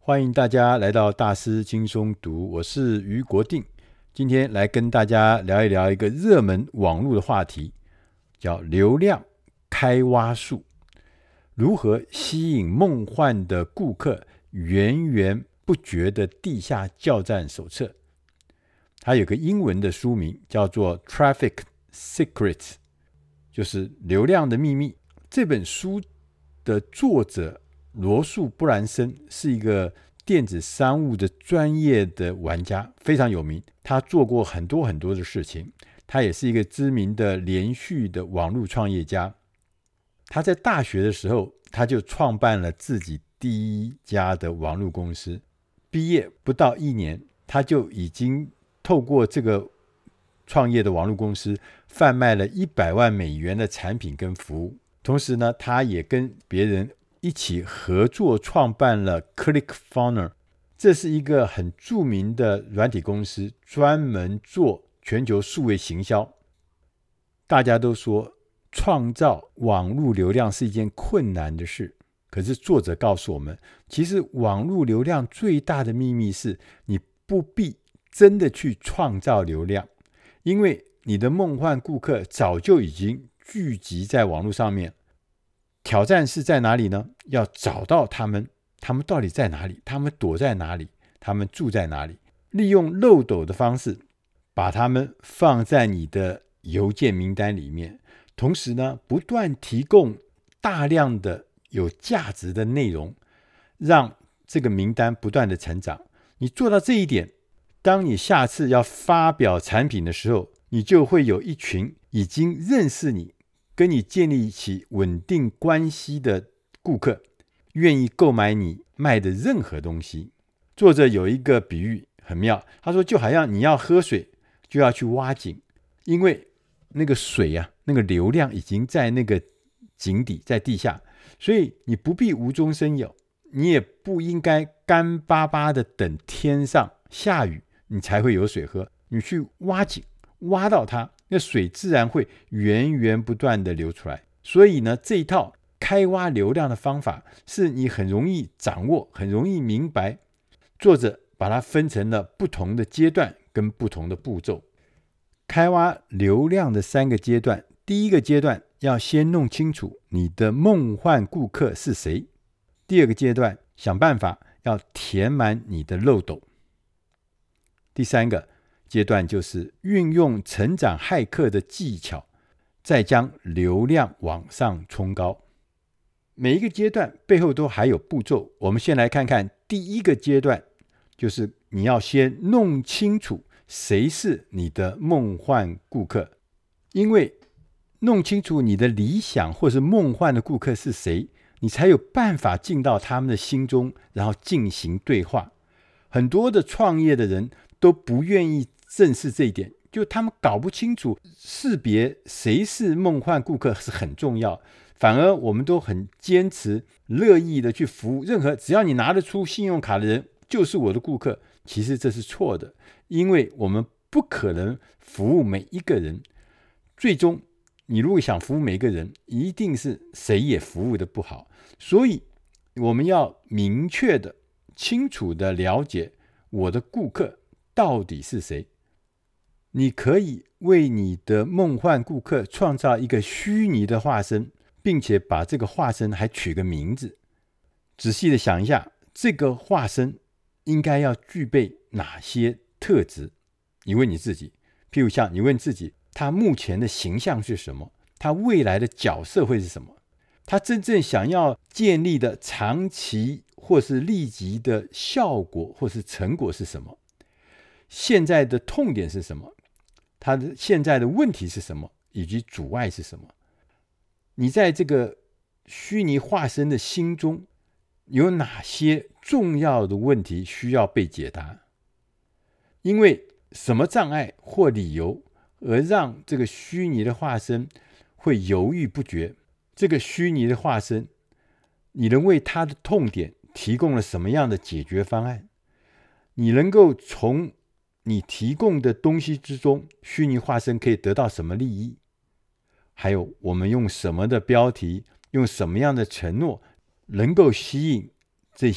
欢迎大家来到大师轻松读，我是余国定。今天来跟大家聊一聊一个热门网络的话题，叫流量开挖术，如何吸引梦幻的顾客，源源不绝的地下教战手册。它有个英文的书名叫做 Traffic Secrets， 就是流量的秘密。这本书的作者罗素·布兰森是一个电子商务的专业的玩家，非常有名。他做过很多的事情，他也是一个知名的连续的网络创业家。他在大学的时候，他就创办了自己第一家的网络公司。毕业不到1年，他就已经透过这个创业的网络公司贩卖了100万美元的产品跟服务。同时呢，他也跟别人一起合作创办了 ClickFunnels， 这是一个很著名的软体公司，专门做全球数位行销。大家都说创造网络流量是一件困难的事，可是作者告诉我们，其实网络流量最大的秘密是你不必真的去创造流量，因为你的梦幻顾客早就已经聚集在网络上面。挑战是在哪里呢？要找到他们到底在哪里，他们躲在哪里，他们住在哪里，利用漏斗的方式把他们放在你的邮件名单里面，同时呢，不断提供大量的有价值的内容，让这个名单不断的成长。你做到这一点，当你下次要发表产品的时候，你就会有一群已经认识你，跟你建立起稳定关系的顾客，愿意购买你卖的任何东西。作者有一个比喻很妙，他说就好像你要喝水就要去挖井，因为那个水啊，那个流量已经在那个井底，在地下，所以你不必无中生有，你也不应该干巴巴的等天上下雨你才会有水喝，你去挖井，挖到它，那水自然会源源不断的流出来。所以呢，这一套开挖流量的方法是你很容易掌握，很容易明白。作者把它分成了不同的阶段跟不同的步骤。开挖流量的3个阶段，第一个阶段要先弄清楚你的梦幻顾客是谁。第二个阶段，想办法要填满你的漏斗。第3个阶段就是运用成长骇客的技巧，再将流量往上冲高。每一个阶段背后都还有步骤，我们先来看看第一个阶段，就是你要先弄清楚谁是你的梦幻顾客。因为弄清楚你的理想或是梦幻的顾客是谁，你才有办法进到他们的心中，然后进行对话。很多的创业的人都不愿意正视这一点，就他们搞不清楚识别谁是梦幻顾客是很重要，反而我们都很坚持乐意的去服务任何只要你拿得出信用卡的人就是我的顾客。其实这是错的，因为我们不可能服务每一个人，最终你如果想服务每一个人，一定是谁也服务的不好。所以我们要明确的清楚的了解我的顾客到底是谁。你可以为你的梦幻顾客创造一个虚拟的化身，并且把这个化身还取个名字。仔细的想一下，这个化身应该要具备哪些特质？你问你自己，譬如像你问自己，他目前的形象是什么？他未来的角色会是什么？他真正想要建立的长期或是立即的效果或是成果是什么？现在的痛点是什么？他的现在的问题是什么？以及阻碍是什么？你在这个虚拟化身的心中有哪些重要的问题需要被解答？因为什么障碍或理由而让这个虚拟的化身会犹豫不决？这个虚拟的化身，你能为他的痛点提供了什么样的解决方案？你能够从你提供的东西之中，虚拟化身可以得到什么利益？还有我们用什么的标题，用什么样的承诺，能够吸引这些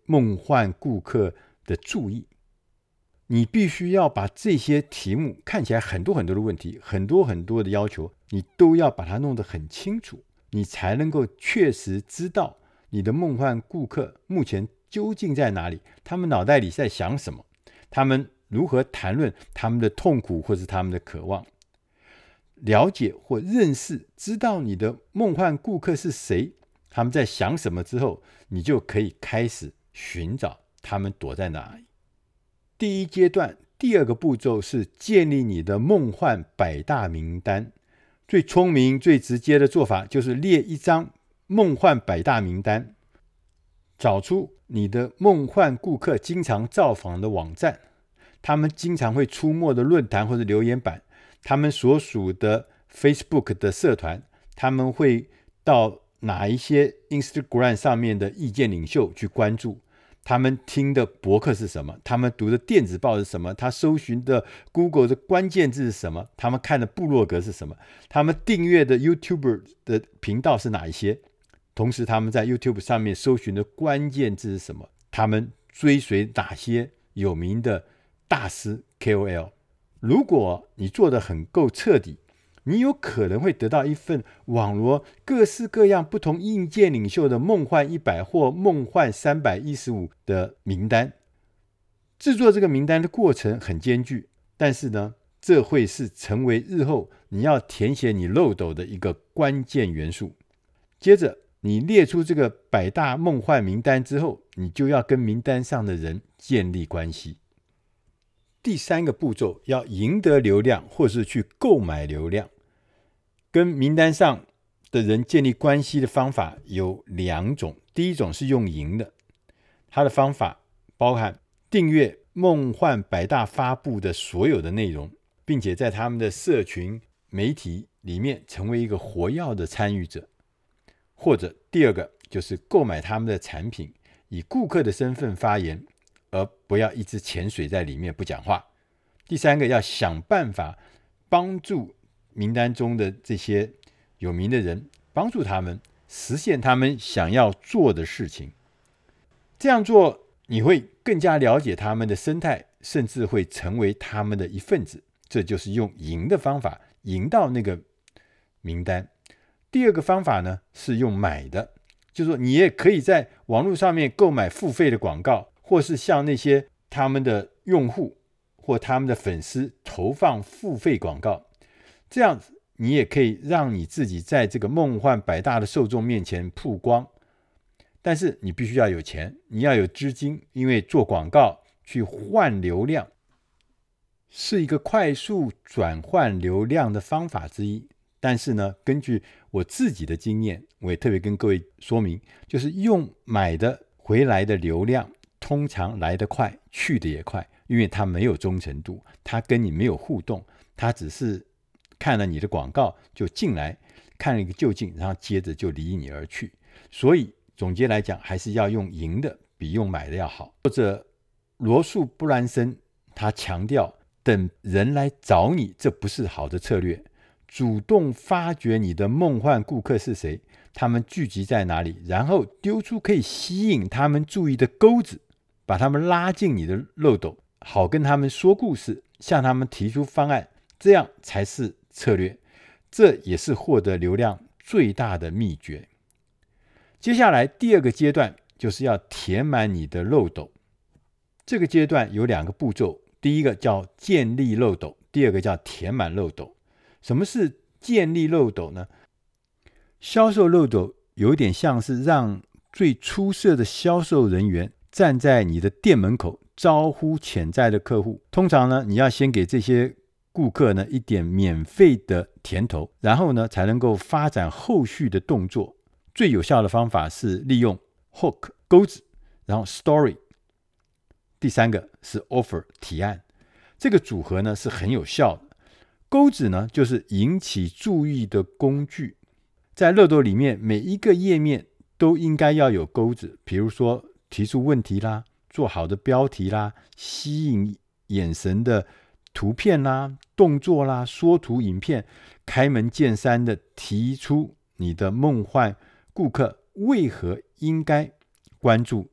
梦幻顾客的注意。你必须要把这些题目看起来很多很多的问题，很多很多的要求，你都要把它弄得很清楚，你才能够确实知道你的梦幻顾客目前究竟在哪里，他们脑袋里在想什么，他们如何谈论他们的痛苦或是他们的渴望。了解或认识，知道你的梦幻顾客是谁，他们在想什么之后，你就可以开始寻找他们躲在哪里。第一阶段，第二个步骤是建立你的梦幻百大名单。最聪明、最直接的做法就是列一张梦幻百大名单，找出你的梦幻顾客经常造访的网站，他们经常会出没的论坛或者留言板，他们所属的 Facebook 的社团，他们会到哪一些 Instagram 上面的意见领袖去关注，他们听的博客是什么，他们读的电子报是什么，他搜寻的 Google 的关键字是什么，他们看的部落格是什么，他们订阅的 YouTuber 的频道是哪一些，同时他们在 YouTube 上面搜寻的关键字是什么，他们追随哪些有名的大师 KOL。 如果你做得很够彻底，你有可能会得到一份网罗各式各样不同意见领袖的梦幻100或梦幻315的名单。制作这个名单的过程很艰巨，但是呢，这会是成为日后你要填写你漏斗的一个关键元素。接着你列出这个百大梦幻名单之后，你就要跟名单上的人建立关系。第三个步骤，要赢得流量或是去购买流量。跟名单上的人建立关系的方法有2种。第一种是用赢的，它的方法包含订阅梦幻百大发布的所有的内容，并且在他们的社群媒体里面成为一个活跃的参与者。或者第二个就是购买他们的产品，以顾客的身份发言，而不要一直潜水在里面不讲话。第三个，要想办法帮助名单中的这些有名的人，帮助他们实现他们想要做的事情。这样做你会更加了解他们的生态，甚至会成为他们的一份子。这就是用赢的方法赢到那个名单。第二个方法呢，是用买的，就是说你也可以在网络上面购买付费的广告，或是向那些他们的用户或他们的粉丝投放付费广告。这样子你也可以让你自己在这个梦幻百大的受众面前曝光。但是你必须要有钱，你要有资金，因为做广告去换流量是一个快速转换流量的方法之一。但是呢，根据我自己的经验，我也特别跟各位说明，就是用买的回来的流量通常来得快，去得也快，因为它没有忠诚度，它跟你没有互动，它只是看了你的广告就进来，看了一个究竟，然后接着就离你而去。所以总结来讲，还是要用赢的比用买的要好。或者罗素·布兰森他强调，等人来找你，这不是好的策略。主动发掘你的梦幻顾客是谁，他们聚集在哪里，然后丢出可以吸引他们注意的钩子，把他们拉进你的漏斗，好跟他们说故事，向他们提出方案，这样才是策略。这也是获得流量最大的秘诀。接下来第二个阶段就是要填满你的漏斗。这个阶段有2个步骤，第一个叫建立漏斗，第二个叫填满漏斗。什么是建立漏斗呢？销售漏斗有点像是让最出色的销售人员站在你的店门口招呼潜在的客户。通常呢，你要先给这些顾客呢一点免费的甜头，然后呢才能够发展后续的动作。最有效的方法是利用 hook 钩子，然后 story， 第三个是 offer 提案。这个组合呢是很有效的。钩子呢，就是引起注意的工具。在漏斗里面，每一个页面都应该要有钩子，比如说提出问题啦，做好的标题啦，吸引眼神的图片啦，动作啦，缩图影片，开门见山的提出你的梦幻顾客为何应该关注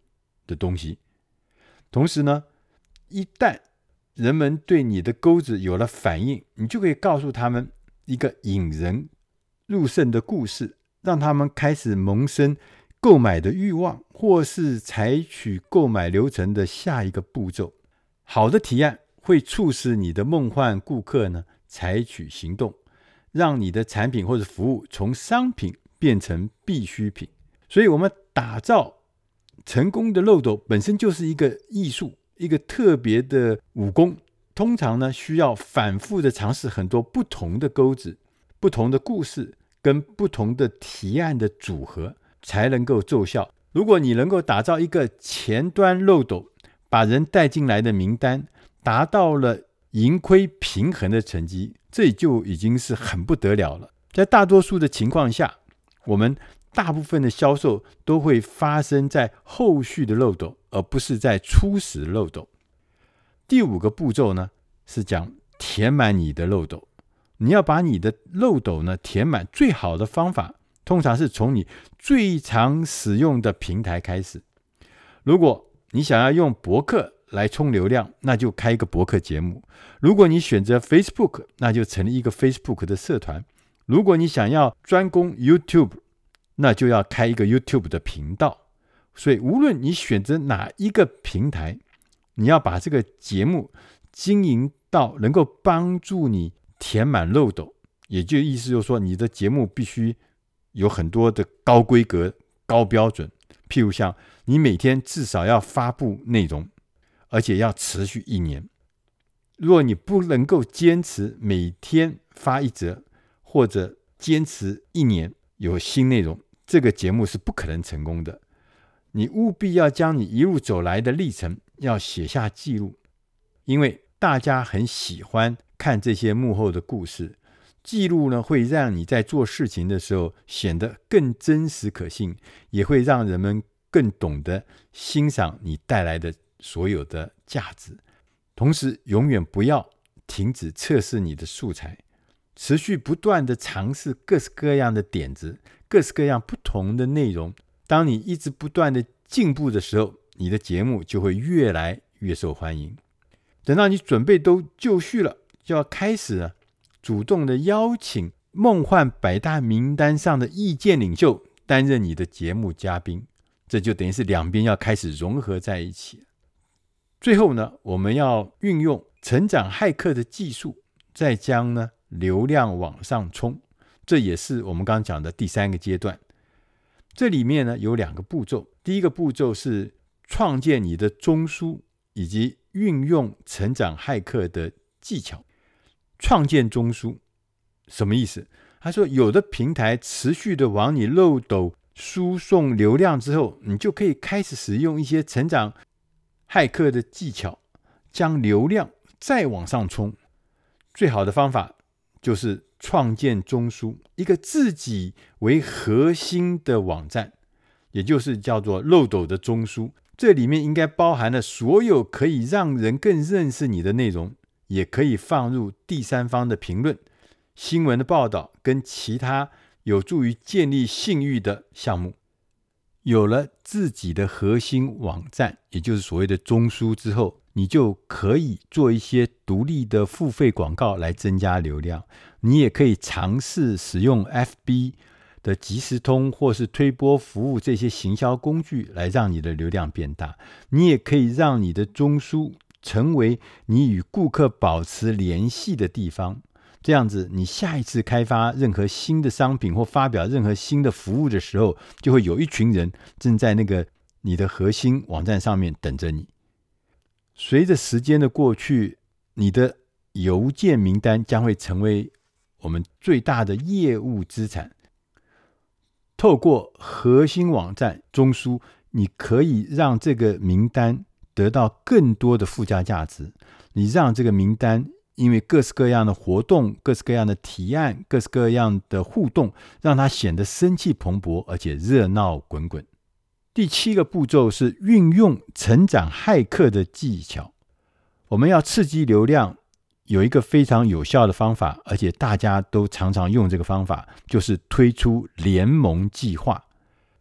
的东西。同时呢，一旦人们对你的钩子有了反应，你就可以告诉他们一个引人入胜的故事，让他们开始萌生购买的欲望，或是采取购买流程的下一个步骤。好的提案会促使你的梦幻顾客呢采取行动，让你的产品或者服务从商品变成必需品。所以我们打造成功的漏斗本身就是一个艺术，一个特别的武功。通常呢，需要反复的尝试很多不同的钩子、不同的故事跟不同的提案的组合，才能够奏效。如果你能够打造一个前端漏斗，把人带进来的名单达到了盈亏平衡的成绩，这就已经是很不得了了。在大多数的情况下，我们大部分的销售都会发生在后续的漏斗，而不是在初始漏斗。第5个步骤呢，是讲填满你的漏斗。你要把你的漏斗呢填满，最好的方法通常是从你最常使用的平台开始。如果你想要用博客来冲流量，那就开一个博客节目；如果你选择 Facebook， 那就成立一个 Facebook 的社团；如果你想要专攻 YouTube， 那就要开一个 YouTube 的频道。所以无论你选择哪一个平台，你要把这个节目经营到能够帮助你填满漏斗，也就意思就是说，你的节目必须有很多的高规格、高标准。譬如像你每天至少要发布内容，而且要持续1年。如果你不能够坚持每天发1则，或者坚持1年有新内容，这个节目是不可能成功的。你务必要将你一路走来的历程要写下记录，因为大家很喜欢看这些幕后的故事。记录呢，会让你在做事情的时候显得更真实可信，也会让人们更懂得欣赏你带来的所有的价值。同时永远不要停止测试你的素材，持续不断的尝试各式各样的点子，各式各样不同的内容。当你一直不断的进步的时候，你的节目就会越来越受欢迎。等到你准备都就绪了，就要开始主动的邀请梦幻百大名单上的意见领袖担任你的节目嘉宾，这就等于是两边要开始融合在一起。最后呢，我们要运用成长骇客的技术，再将流量往上冲，这也是我们刚刚讲的第3个阶段。这里面呢有2个步骤，第一个步骤是创建你的中枢，以及运用成长骇客的技巧。创建中枢什么意思？他说有的平台持续的往你漏斗输送流量之后，你就可以开始使用一些成长骇客的技巧，将流量再往上冲。最好的方法就是创建中枢，一个自己为核心的网站，也就是叫做漏斗的中枢。这里面应该包含了所有可以让人更认识你的内容，也可以放入第3方的评论、新闻的报道跟其他有助于建立信誉的项目。有了自己的核心网站，也就是所谓的中枢之后，你就可以做一些独立的付费广告来增加流量。你也可以尝试使用 FB 的即时通或是推播服务这些行销工具来让你的流量变大。你也可以让你的中枢成为你与顾客保持联系的地方，这样子你下一次开发任何新的商品或发表任何新的服务的时候，就会有一群人正在你的核心网站上面等着你。随着时间的过去，你的邮件名单将会成为我们最大的业务资产。透过核心网站中枢，你可以让这个名单得到更多的附加价值。你让这个名单因为各式各样的活动、各式各样的提案、各式各样的互动，让它显得生气蓬勃，而且热闹滚滚。第7个步骤是运用成长骇客的技巧。我们要刺激流量，有一个非常有效的方法，而且大家都常常用这个方法，就是推出联盟计划。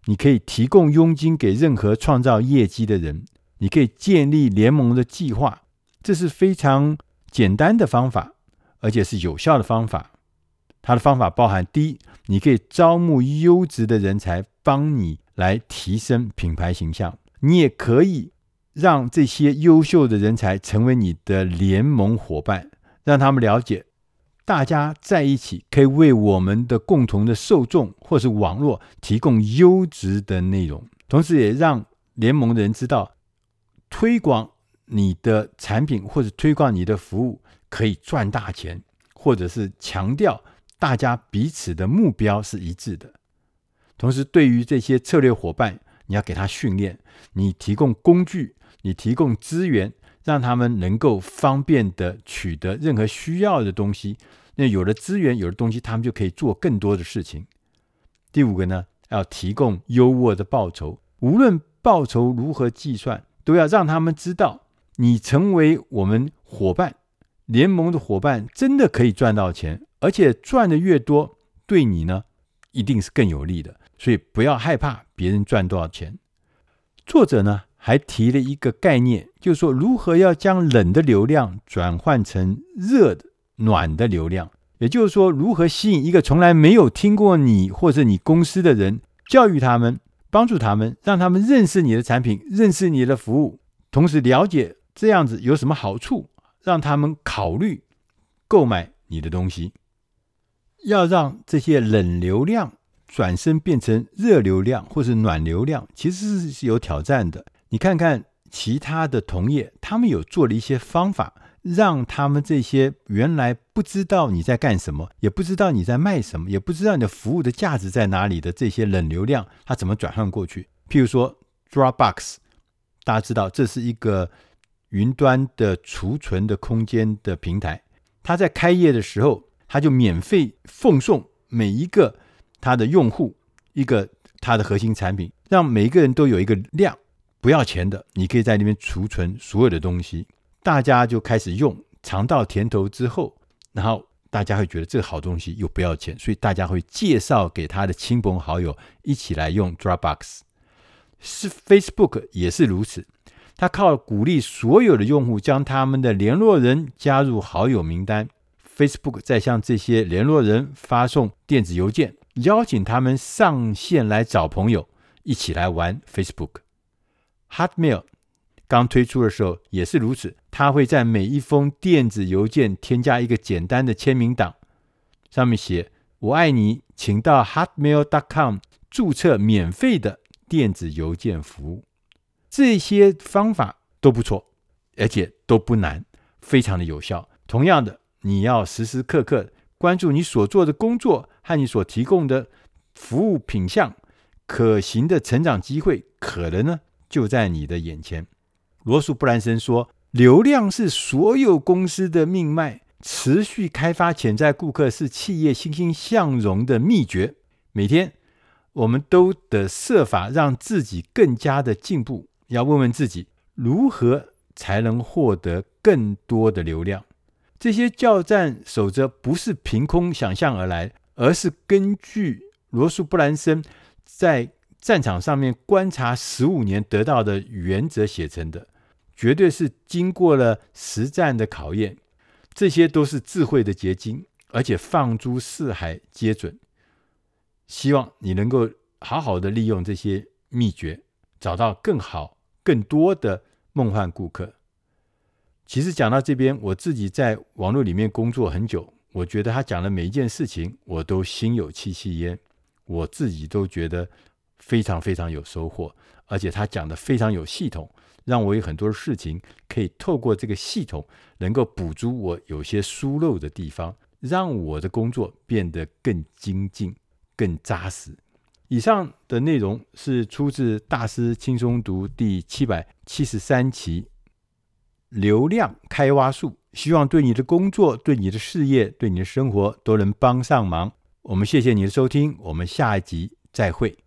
你可以提供佣金给任何创造业绩的人，你可以建立联盟的计划，这是非常简单的方法，而且是有效的方法。它的方法包含：第一，你可以招募优质的人才，帮你来提升品牌形象；你也可以让这些优秀的人才成为你的联盟伙伴，让他们了解大家在一起可以为我们的共同的受众或是网络提供优质的内容，同时也让联盟的人知道推广你的产品或者推广你的服务可以赚大钱，或者是强调大家彼此的目标是一致的。同时对于这些策略伙伴，你要给他训练，你提供工具，你提供资源，让他们能够方便的取得任何需要的东西。那有了资源，有了东西，他们就可以做更多的事情。第五个呢，要提供优渥的报酬，无论报酬如何计算，都要让他们知道你成为我们伙伴联盟的伙伴真的可以赚到钱，而且赚的越多，对你呢一定是更有利的。所以不要害怕别人赚多少钱。作者呢还提了一个概念，就是说如何要将冷的流量转换成热的暖的流量，也就是说如何吸引一个从来没有听过你或者你公司的人，教育他们，帮助他们，让他们认识你的产品，认识你的服务，同时了解这样子有什么好处，让他们考虑购买你的东西。要让这些冷流量转身变成热流量或是暖流量，其实是有挑战的。你看看其他的同业，他们有做了一些方法，让他们这些原来不知道你在干什么，也不知道你在卖什么，也不知道你的服务的价值在哪里的这些冷流量，它怎么转换过去。譬如说 Dropbox， 大家知道这是一个云端的储存的空间的平台，它在开业的时候，它就免费奉送每一个它的用户一个它的核心产品，让每一个人都有一个量，不要钱的，你可以在那边储存所有的东西。大家就开始用，尝到甜头之后，然后大家会觉得这个好东西又不要钱，所以大家会介绍给他的亲朋好友一起来用 Dropbox。 是 Facebook 也是如此，他靠鼓励所有的用户将他们的联络人加入好友名单， Facebook 再向这些联络人发送电子邮件，邀请他们上线来找朋友一起来玩 Facebook。 Hotmail 刚推出的时候也是如此，他会在每一封电子邮件添加一个简单的签名档，上面写我爱你，请到 hotmail.com 注册免费的电子邮件服务。这些方法都不错，而且都不难，非常的有效。同样的，你要时时刻刻关注你所做的工作和你所提供的服务品项，可行的成长机会可能呢就在你的眼前。罗素·布兰森说，流量是所有公司的命脉，持续开发潜在顾客是企业欣欣向荣的秘诀。每天我们都得设法让自己更加的进步，要问问自己如何才能获得更多的流量。这些教战守则不是凭空想象而来，而是根据罗素·布兰森在战场上面观察15年得到的原则写成的，绝对是经过了实战的考验。这些都是智慧的结晶，而且放诸四海皆准。希望你能够好好的利用这些秘诀，找到更好更多的梦幻顾客。其实讲到这边，我自己在网络里面工作很久，我觉得他讲的每一件事情我都心有戚戚焉，我自己都觉得非常非常有收获，而且他讲的非常有系统，让我有很多的事情可以透过这个系统能够补足我有些疏漏的地方，让我的工作变得更精进更扎实。以上的内容是出自大师轻松读第773期流量开挖术，希望对你的工作对你的事业对你的生活都能帮上忙。我们谢谢你的收听，我们下一集再会。